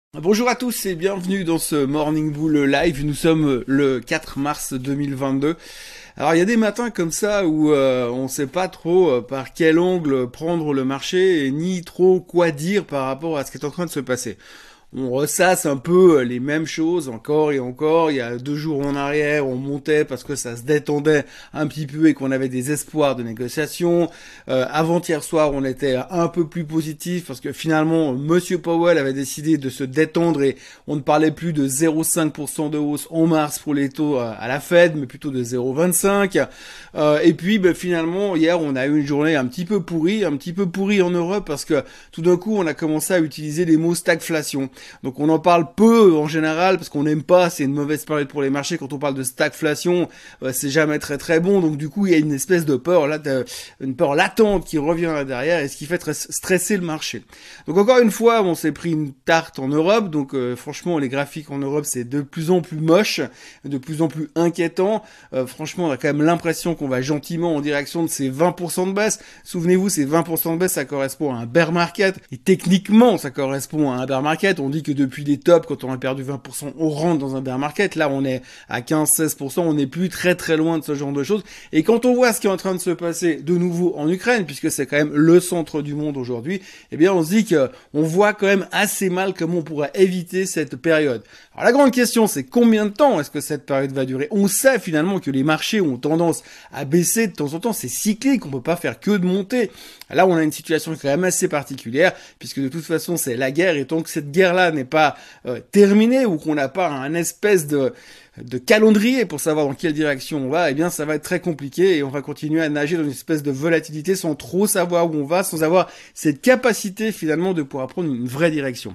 Bonjour à tous et bienvenue dans ce Morning Bull Live. Nous sommes le 4 mars 2022. Alors il y a des matins comme ça où on sait pas trop par quel angle prendre le marché et ni trop quoi dire par rapport à ce qui est en train de se passer. On ressasse un peu les mêmes choses encore et encore. Il y a 2 jours en arrière, on montait parce que ça se détendait un petit peu et qu'on avait des espoirs de négociation. Avant-hier soir, on était un peu plus positif parce que finalement, Monsieur Powell avait décidé de se détendre et on ne parlait plus de 0,5% de hausse en mars pour les taux à la Fed, mais plutôt de 0,25. Et puis, finalement, hier, on a eu une journée un petit peu pourrie en Europe parce que tout d'un coup, on a commencé à utiliser les mots stagflation. Donc on en parle peu en général parce qu'on n'aime pas, c'est une mauvaise période pour les marchés quand on parle de stagflation, c'est jamais très très bon. Donc du coup il y a une espèce de peur là, une peur latente qui revient là derrière et ce qui fait stresser le marché. Donc encore une fois, on s'est pris une tarte en Europe. Donc franchement les graphiques en Europe c'est de plus en plus moche, de plus en plus inquiétant. Franchement on a quand même l'impression qu'on va gentiment en direction de ces 20% de baisse. Souvenez-vous, ces 20% de baisse ça correspond à un bear market et techniquement ça correspond à un bear market. On dit que depuis les tops, quand on a perdu 20%, on rentre dans un bear market. Là, on est à 15-16%, on n'est plus très très loin de ce genre de choses. Et quand on voit ce qui est en train de se passer de nouveau en Ukraine, puisque c'est quand même le centre du monde aujourd'hui, eh bien, on se dit que on voit quand même assez mal comment on pourrait éviter cette période. Alors, la grande question, c'est combien de temps est-ce que cette période va durer? On sait finalement que les marchés ont tendance à baisser de temps en temps. C'est cyclique, on peut pas faire que de monter. Là, on a une situation quand même assez particulière, puisque de toute façon, c'est la guerre, et tant que cette guerre-là n'est pas terminée, ou qu'on n'a pas un espèce de calendrier pour savoir dans quelle direction on va, eh bien ça va être très compliqué et on va continuer à nager dans une espèce de volatilité sans trop savoir où on va, sans avoir cette capacité finalement de pouvoir prendre une vraie direction.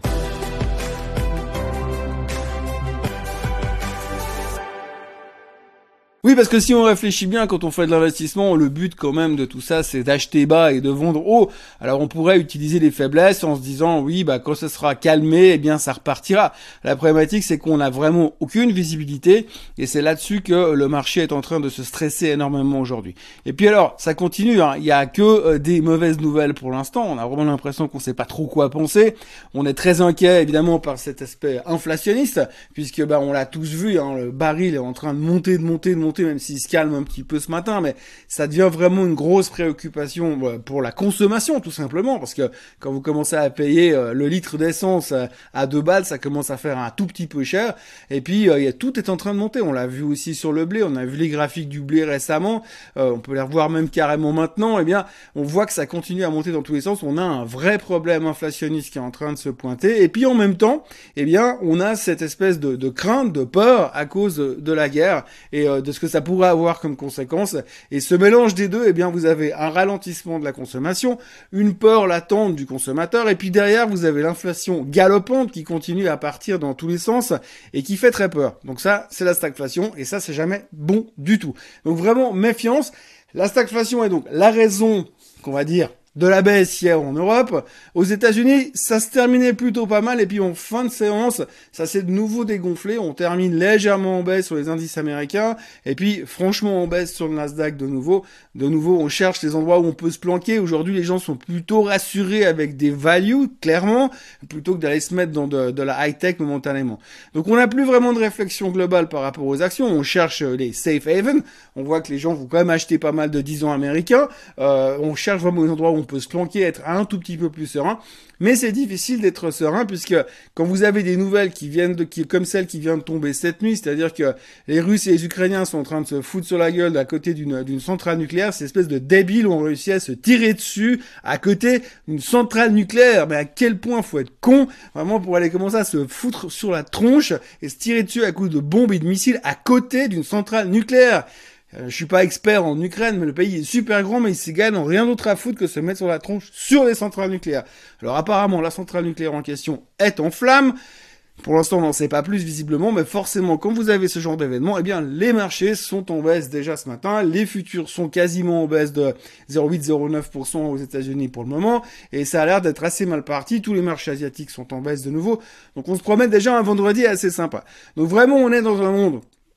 Oui, parce que si on réfléchit bien, quand on fait de l'investissement, le but quand même de tout ça, c'est d'acheter bas et de vendre haut. Alors on pourrait utiliser les faiblesses en se disant, oui, quand ça sera calmé, eh bien ça repartira. La problématique, c'est qu'on n'a vraiment aucune visibilité et c'est là-dessus que le marché est en train de se stresser énormément aujourd'hui. Et puis alors, ça continue, hein. Il y a que des mauvaises nouvelles pour l'instant. On a vraiment l'impression qu'on sait pas trop quoi penser. On est très inquiet, évidemment, par cet aspect inflationniste, puisque on l'a tous vu, hein, le baril est en train de monter, même s'il se calme un petit peu ce matin, mais ça devient vraiment une grosse préoccupation pour la consommation, tout simplement, parce que quand vous commencez à payer le litre d'essence à 2 balles, ça commence à faire un tout petit peu cher, et puis tout est en train de monter. On l'a vu aussi sur le blé, on a vu les graphiques du blé récemment, on peut les revoir même carrément maintenant, eh bien, on voit que ça continue à monter dans tous les sens. On a un vrai problème inflationniste qui est en train de se pointer, et puis en même temps, eh bien, on a cette espèce de crainte, de peur à cause de la guerre, et de ce que ça pourrait avoir comme conséquence. Et ce mélange des deux, eh bien, vous avez un ralentissement de la consommation, une peur latente du consommateur, et puis derrière, vous avez l'inflation galopante qui continue à partir dans tous les sens et qui fait très peur. Donc ça, c'est la stagflation, et ça, c'est jamais bon du tout. Donc vraiment, méfiance. La stagflation est donc la raison, qu'on va dire, de la baisse hier en Europe. Aux États-Unis, ça se terminait plutôt pas mal, et puis en fin de séance, ça s'est de nouveau dégonflé. On termine légèrement en baisse sur les indices américains, et puis franchement en baisse sur le Nasdaq de nouveau. De nouveau, on cherche les endroits où on peut se planquer. Aujourd'hui, les gens sont plutôt rassurés avec des values, clairement, plutôt que d'aller se mettre dans de la high-tech momentanément. Donc on n'a plus vraiment de réflexion globale par rapport aux actions. On cherche les safe haven. On voit que les gens vont quand même acheter pas mal de 10 ans américains. On cherche vraiment les endroits où on peut se planquer, être un tout petit peu plus serein. Mais c'est difficile d'être serein, puisque quand vous avez des nouvelles comme celle qui vient de tomber cette nuit, c'est-à-dire que les Russes et les Ukrainiens sont en train de se foutre sur la gueule à côté d'une centrale nucléaire, ces espèces de débiles ont réussi à se tirer dessus à côté d'une centrale nucléaire. Mais à quel point faut être con, vraiment, pour aller commencer à se foutre sur la tronche et se tirer dessus à coups de bombes et de missiles à côté d'une centrale nucléaire. Je suis pas expert en Ukraine, mais le pays est super grand, mais ces gars n'ont rien d'autre à foutre que se mettre sur la tronche sur les centrales nucléaires. Alors apparemment, la centrale nucléaire en question est en flammes. Pour l'instant, on n'en sait pas plus visiblement, mais forcément, quand vous avez ce genre d'événement, eh bien, les marchés sont en baisse déjà ce matin. Les futurs sont quasiment en baisse de 0,8-0,9% aux États-Unis pour le moment, et ça a l'air d'être assez mal parti. Tous les marchés asiatiques sont en baisse de nouveau. Donc on se promet déjà un vendredi assez sympa. Donc vraiment, on est dans un monde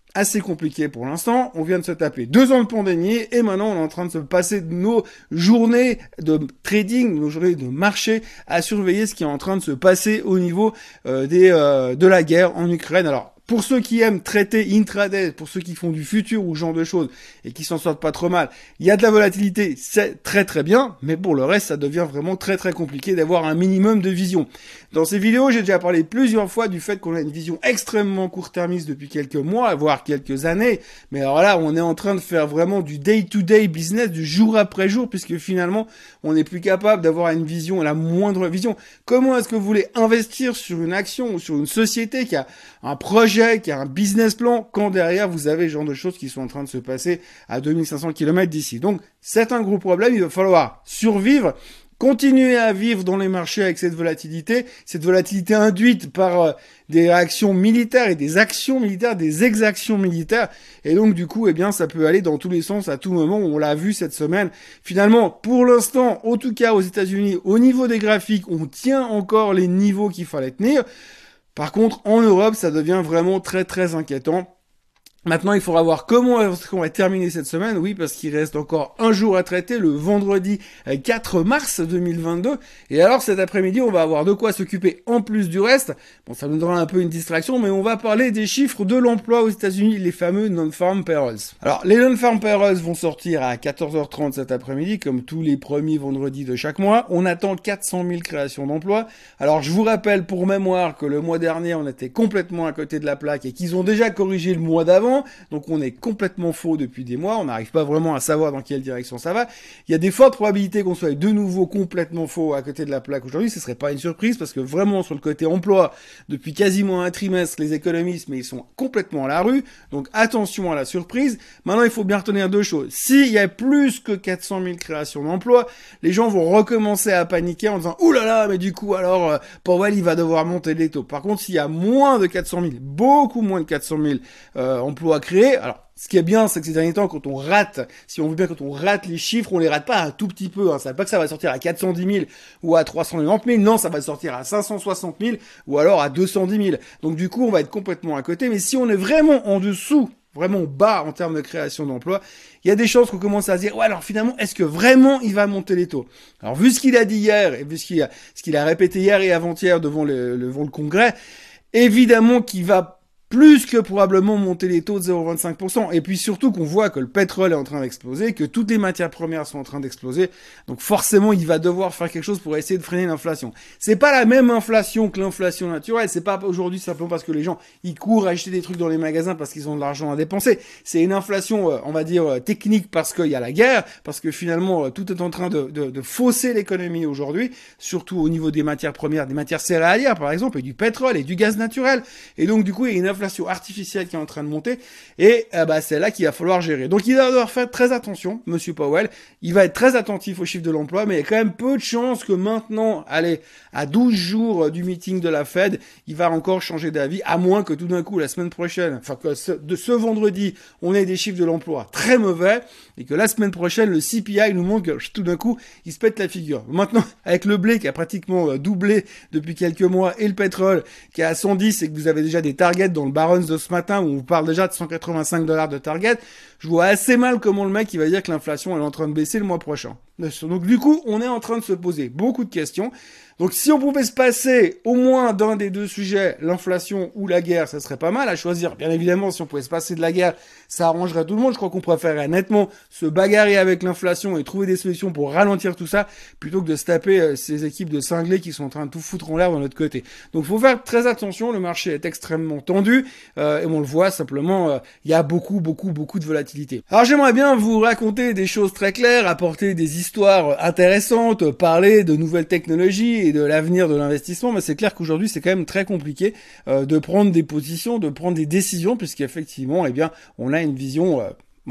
assez compliqué pour l'instant. On vient de se taper 2 ans de pandémie et maintenant on est en train de se passer de nos journées de trading, nos journées de marché à surveiller ce qui est en train de se passer au niveau de la guerre en Ukraine. Alors, pour ceux qui aiment traiter intraday, pour ceux qui font du futur ou ce genre de choses et qui s'en sortent pas trop mal, il y a de la volatilité, c'est très très bien, mais pour le reste, ça devient vraiment très très compliqué d'avoir un minimum de vision. Dans ces vidéos, j'ai déjà parlé plusieurs fois du fait qu'on a une vision extrêmement court-termiste depuis quelques mois, voire quelques années, mais alors là, on est en train de faire vraiment du day-to-day business, du jour après jour, puisque finalement, on n'est plus capable d'avoir une vision, la moindre vision. Comment est-ce que vous voulez investir sur une action ou sur une société qui a un projet, qui a un business plan, quand derrière vous avez ce genre de choses qui sont en train de se passer à 2500 km d'ici. Donc c'est un gros problème, il va falloir survivre, continuer à vivre dans les marchés avec cette volatilité induite par des réactions militaires et des actions militaires, des exactions militaires, et donc du coup, eh bien, ça peut aller dans tous les sens à tout moment. On l'a vu cette semaine. Finalement, pour l'instant, en tout cas aux États-Unis, au niveau des graphiques, on tient encore les niveaux qu'il fallait tenir. Par contre, en Europe, ça devient vraiment très très inquiétant. Maintenant, il faudra voir comment est-ce qu'on va terminer cette semaine. Oui, parce qu'il reste encore un jour à traiter, le vendredi 4 mars 2022. Et alors, cet après-midi, on va avoir de quoi s'occuper en plus du reste. Bon, ça nous donnera un peu une distraction, mais on va parler des chiffres de l'emploi aux États-Unis, les fameux non-farm payrolls. Alors, les non-farm payrolls vont sortir à 14h30 cet après-midi, comme tous les premiers vendredis de chaque mois. On attend 400 000 créations d'emplois. Alors, je vous rappelle pour mémoire que le mois dernier, on était complètement à côté de la plaque et qu'ils ont déjà corrigé le mois d'avant. Donc on est complètement faux depuis des mois, on n'arrive pas vraiment à savoir dans quelle direction ça va. Il y a des fortes probabilités qu'on soit de nouveau complètement faux à côté de la plaque aujourd'hui, ce serait pas une surprise parce que vraiment sur le côté emploi, depuis quasiment un trimestre, les économistes, mais ils sont complètement à la rue, donc attention à la surprise. Maintenant il faut bien retenir deux choses, s'il y a plus que 400 000 créations d'emplois, les gens vont recommencer à paniquer en disant « Ouh là là, mais du coup alors Powell il va devoir monter les taux ». Par contre s'il y a moins de 400 000, beaucoup moins de 400 000 emplois à créer. Alors, ce qui est bien, c'est que ces derniers temps, quand on rate, si on veut bien, quand on rate les chiffres, on les rate pas un tout petit peu. Ça veut pas que ça va sortir à 410 000 ou à 390 000. Non, ça va sortir à 560 000 ou alors à 210 000. Donc, du coup, on va être complètement à côté. Mais si on est vraiment en dessous, vraiment bas en termes de création d'emplois, il y a des chances qu'on commence à se dire, ouais, alors finalement, est-ce que vraiment il va monter les taux? Alors, vu ce qu'il a dit hier et vu ce qu'il a répété hier et avant-hier devant le Congrès, évidemment qu'il va plus que probablement monter les taux de 0,25%. Et puis surtout qu'on voit que le pétrole est en train d'exploser, que toutes les matières premières sont en train d'exploser. Donc forcément, il va devoir faire quelque chose pour essayer de freiner l'inflation. C'est pas la même inflation que l'inflation naturelle. C'est pas aujourd'hui simplement parce que les gens, ils courent acheter des trucs dans les magasins parce qu'ils ont de l'argent à dépenser. C'est une inflation, on va dire, technique parce qu'il y a la guerre, parce que finalement, tout est en train de fausser l'économie aujourd'hui, surtout au niveau des matières premières, des matières céréalières, par exemple, et du pétrole et du gaz naturel. Et donc, du coup, il y a une inflation artificielle qui est en train de monter et c'est là qu'il va falloir gérer. Donc il va devoir faire très attention, Monsieur Powell. Il va être très attentif aux chiffres de l'emploi, mais il y a quand même peu de chances que maintenant, allez, à 12 jours du meeting de la Fed, il va encore changer d'avis, à moins que tout d'un coup, la semaine prochaine, enfin que ce vendredi, on ait des chiffres de l'emploi très mauvais et que la semaine prochaine, le CPI nous montre que tout d'un coup, il se pète la figure. Maintenant, avec le blé qui a pratiquement doublé depuis quelques mois et le pétrole qui est à 110 et que vous avez déjà des targets dans le Barron's de ce matin où on vous parle déjà de 185 $ de target, je vois assez mal comment le mec il va dire que l'inflation elle est en train de baisser le mois prochain. Donc du coup, on est en train de se poser beaucoup de questions. Donc si on pouvait se passer au moins d'un des deux sujets, l'inflation ou la guerre, ça serait pas mal à choisir. Bien évidemment, si on pouvait se passer de la guerre, ça arrangerait tout le monde. Je crois qu'on préférerait nettement se bagarrer avec l'inflation et trouver des solutions pour ralentir tout ça, plutôt que de se taper ces équipes de cinglés qui sont en train de tout foutre en l'air de notre côté. Donc faut faire très attention, le marché est extrêmement tendu, et on le voit simplement, il y a beaucoup de volatilité. Alors j'aimerais bien vous raconter des choses très claires, apporter des histoires intéressantes, parler de nouvelles technologies et de l'avenir de l'investissement, mais c'est clair qu'aujourd'hui c'est quand même très compliqué de prendre des positions, de prendre des décisions, puisqu'effectivement, eh bien, on a une vision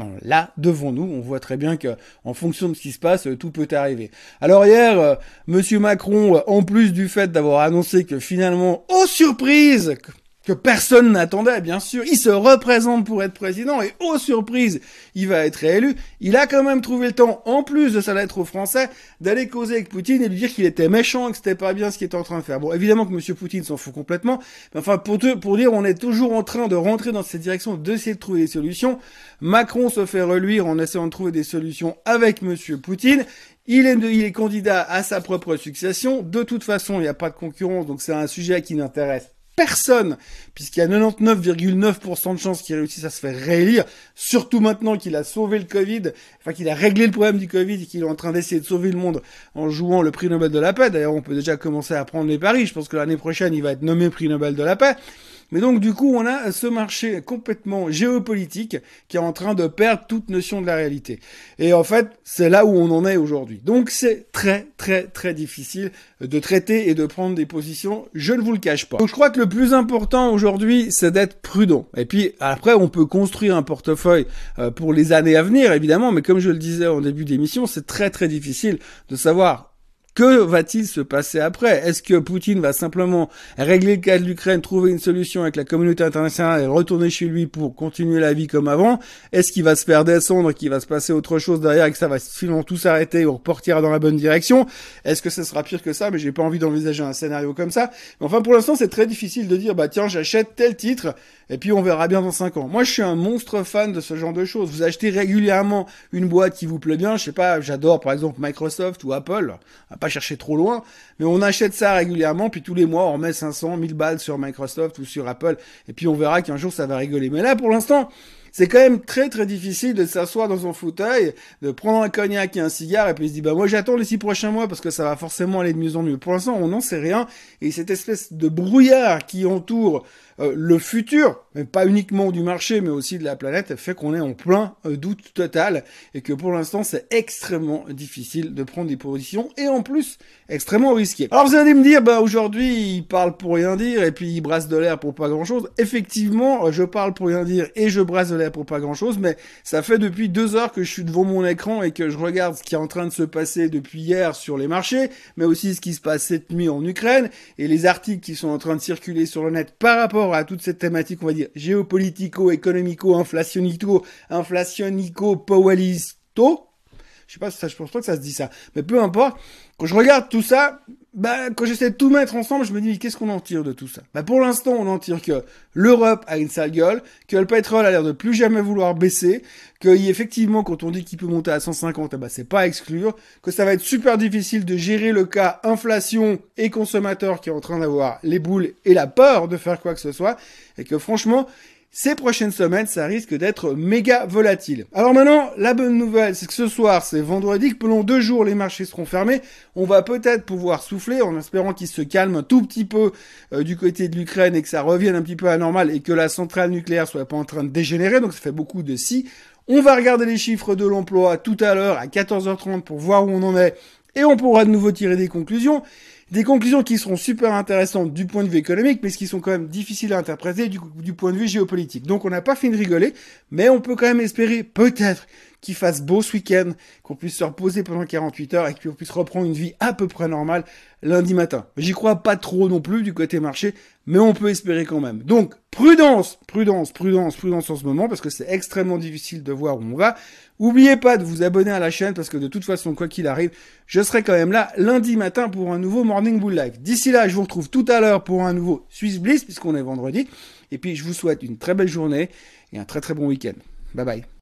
là devant nous, on voit très bien que en fonction de ce qui se passe, tout peut arriver. Alors hier, Monsieur Macron, en plus du fait d'avoir annoncé que finalement, oh surprise, que personne n'attendait, bien sûr. Il se représente pour être président et, oh surprise, il va être réélu. Il a quand même trouvé le temps, en plus de sa lettre aux Français, d'aller causer avec Poutine et lui dire qu'il était méchant et que c'était pas bien ce qu'il était en train de faire. Bon, évidemment que monsieur Poutine s'en fout complètement, mais enfin, pour dire, on est toujours en train de rentrer dans cette direction, d'essayer de trouver des solutions. Macron se fait reluire en essayant de trouver des solutions avec monsieur Poutine. Il est candidat à sa propre succession. De toute façon, il n'y a pas de concurrence, donc c'est un sujet qui n'intéresse personne, puisqu'il y a 99,9% de chances qu'il réussisse à se faire réélire, surtout maintenant qu'il a sauvé le Covid, enfin qu'il a réglé le problème du Covid et qu'il est en train d'essayer de sauver le monde en jouant le prix Nobel de la paix. D'ailleurs, on peut déjà commencer à prendre les paris. Je pense que l'année prochaine, il va être nommé prix Nobel de la paix. Mais donc, du coup, on a ce marché complètement géopolitique qui est en train de perdre toute notion de la réalité. Et en fait, c'est là où on en est aujourd'hui. Donc, c'est très, très, très difficile de traiter et de prendre des positions. Je ne vous le cache pas. Donc, je crois que le plus important aujourd'hui, c'est d'être prudent. Et puis, après, on peut construire un portefeuille pour les années à venir, évidemment. Mais comme je le disais en début d'émission, c'est très, très difficile de savoir que va-t-il se passer après? Est-ce que Poutine va simplement régler le cas de l'Ukraine, trouver une solution avec la communauté internationale et retourner chez lui pour continuer la vie comme avant? Est-ce qu'il va se faire descendre, qu'il va se passer autre chose derrière et que ça va finalement tout s'arrêter et on repartira dans la bonne direction? Est-ce que ce sera pire que ça? Mais j'ai pas envie d'envisager un scénario comme ça. Mais enfin, pour l'instant, c'est très difficile de dire, bah tiens, j'achète tel titre et puis on verra bien dans 5 ans. Moi, je suis un monstre fan de ce genre de choses. Vous achetez régulièrement une boîte qui vous plaît bien. Je sais pas, j'adore par exemple Microsoft ou Apple. On va pas chercher trop loin, mais on achète ça régulièrement, puis tous les mois, on remet 500, 1000 balles sur Microsoft ou sur Apple, et puis on verra qu'un jour, ça va rigoler. Mais là, pour l'instant, c'est quand même très très difficile de s'asseoir dans son fauteuil, de prendre un cognac et un cigare, et puis se dire, bah moi j'attends les 6 prochains mois parce que ça va forcément aller de mieux en mieux. Pour l'instant, on n'en sait rien, et cette espèce de brouillard qui entoure le futur, mais pas uniquement du marché, mais aussi de la planète, fait qu'on est en plein doute total, et que pour l'instant, c'est extrêmement difficile de prendre des positions, et en plus, extrêmement risqué. Alors vous allez me dire, bah aujourd'hui, il parle pour rien dire, et puis il brasse de l'air pour pas grand-chose. Effectivement, je parle pour rien dire, et je brasse de l'air pour pas grand-chose, mais ça fait depuis 2 heures que je suis devant mon écran, et que je regarde ce qui est en train de se passer depuis hier sur les marchés, mais aussi ce qui se passe cette nuit en Ukraine, et les articles qui sont en train de circuler sur le net par rapport à toute cette thématique, on va dire, géopolitico, économico, inflationico, powellisto. Je sais pas si ça, je pense pas que ça se dit ça. Mais peu importe. Quand je regarde tout ça, bah, quand j'essaie de tout mettre ensemble, je me dis, mais qu'est-ce qu'on en tire de tout ça? Bah, pour l'instant, on en tire que l'Europe a une sale gueule, que le pétrole a l'air de plus jamais vouloir baisser, que, effectivement, quand on dit qu'il peut monter à 150, bah, c'est pas à exclure, que ça va être super difficile de gérer le cas inflation et consommateur qui est en train d'avoir les boules et la peur de faire quoi que ce soit, et que franchement, ces prochaines semaines, ça risque d'être méga volatile. Alors maintenant, la bonne nouvelle, c'est que ce soir, c'est vendredi, que pendant 2 jours, les marchés seront fermés. On va peut-être pouvoir souffler en espérant qu'il se calme un tout petit peu du côté de l'Ukraine et que ça revienne un petit peu à la normale et que la centrale nucléaire soit pas en train de dégénérer. Donc ça fait beaucoup de si. On va regarder les chiffres de l'emploi tout à l'heure à 14h30 pour voir où on en est et on pourra de nouveau tirer des conclusions. Des conclusions qui seront super intéressantes du point de vue économique, mais qui sont quand même difficiles à interpréter du point de vue géopolitique. Donc on n'a pas fini de rigoler, mais on peut quand même espérer peut-être qu'il fasse beau ce week-end, qu'on puisse se reposer pendant 48 heures et qu'on puisse reprendre une vie à peu près normale lundi matin. J'y crois pas trop non plus du côté marché, mais on peut espérer quand même. Donc prudence en ce moment, parce que c'est extrêmement difficile de voir où on va. Oubliez pas de vous abonner à la chaîne, parce que de toute façon, quoi qu'il arrive, je serai quand même là lundi matin pour un nouveau Morning Bull Live. D'ici là, je vous retrouve tout à l'heure pour un nouveau Swiss Bliss, puisqu'on est vendredi. Et puis, je vous souhaite une très belle journée et un très très bon week-end. Bye bye.